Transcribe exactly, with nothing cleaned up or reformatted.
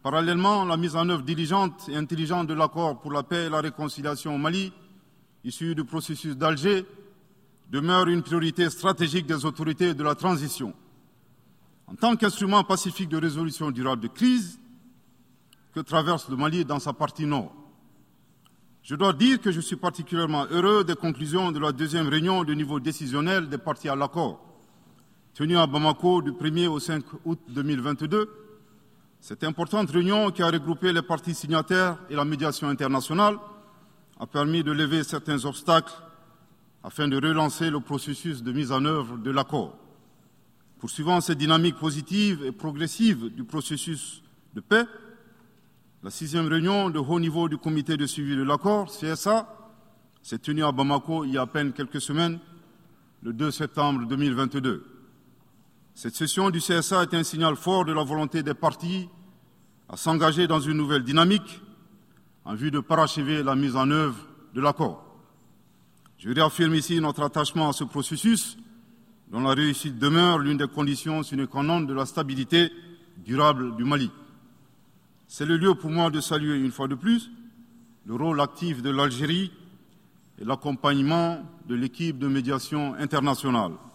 Parallèlement, la mise en œuvre diligente et intelligente de l'accord pour la paix et la réconciliation au Mali, issu du processus d'Alger, demeure une priorité stratégique des autorités de la transition. En tant qu'instrument pacifique de résolution durable de crise que traverse le Mali dans sa partie nord. Je dois dire que je suis particulièrement heureux des conclusions de la deuxième réunion de niveau décisionnel des parties à l'accord, tenue à Bamako du premier au cinq août deux mille vingt-deux. Cette importante réunion qui a regroupé les parties signataires et la médiation internationale a permis de lever certains obstacles afin de relancer le processus de mise en œuvre de l'accord. Poursuivant cette dynamique positive et progressive du processus de paix, la sixième réunion de haut niveau du comité de suivi de l'accord, C S A, s'est tenue à Bamako il y a à peine quelques semaines, le deux septembre deux mille vingt-deux. Cette session du C S A est un signal fort de la volonté des parties à s'engager dans une nouvelle dynamique en vue de parachever la mise en œuvre de l'accord. Je réaffirme ici notre attachement à ce processus dont la réussite demeure l'une des conditions sine qua non de la stabilité durable du Mali. C'est le lieu pour moi de saluer une fois de plus le rôle actif de l'Algérie et l'accompagnement de l'équipe de médiation internationale.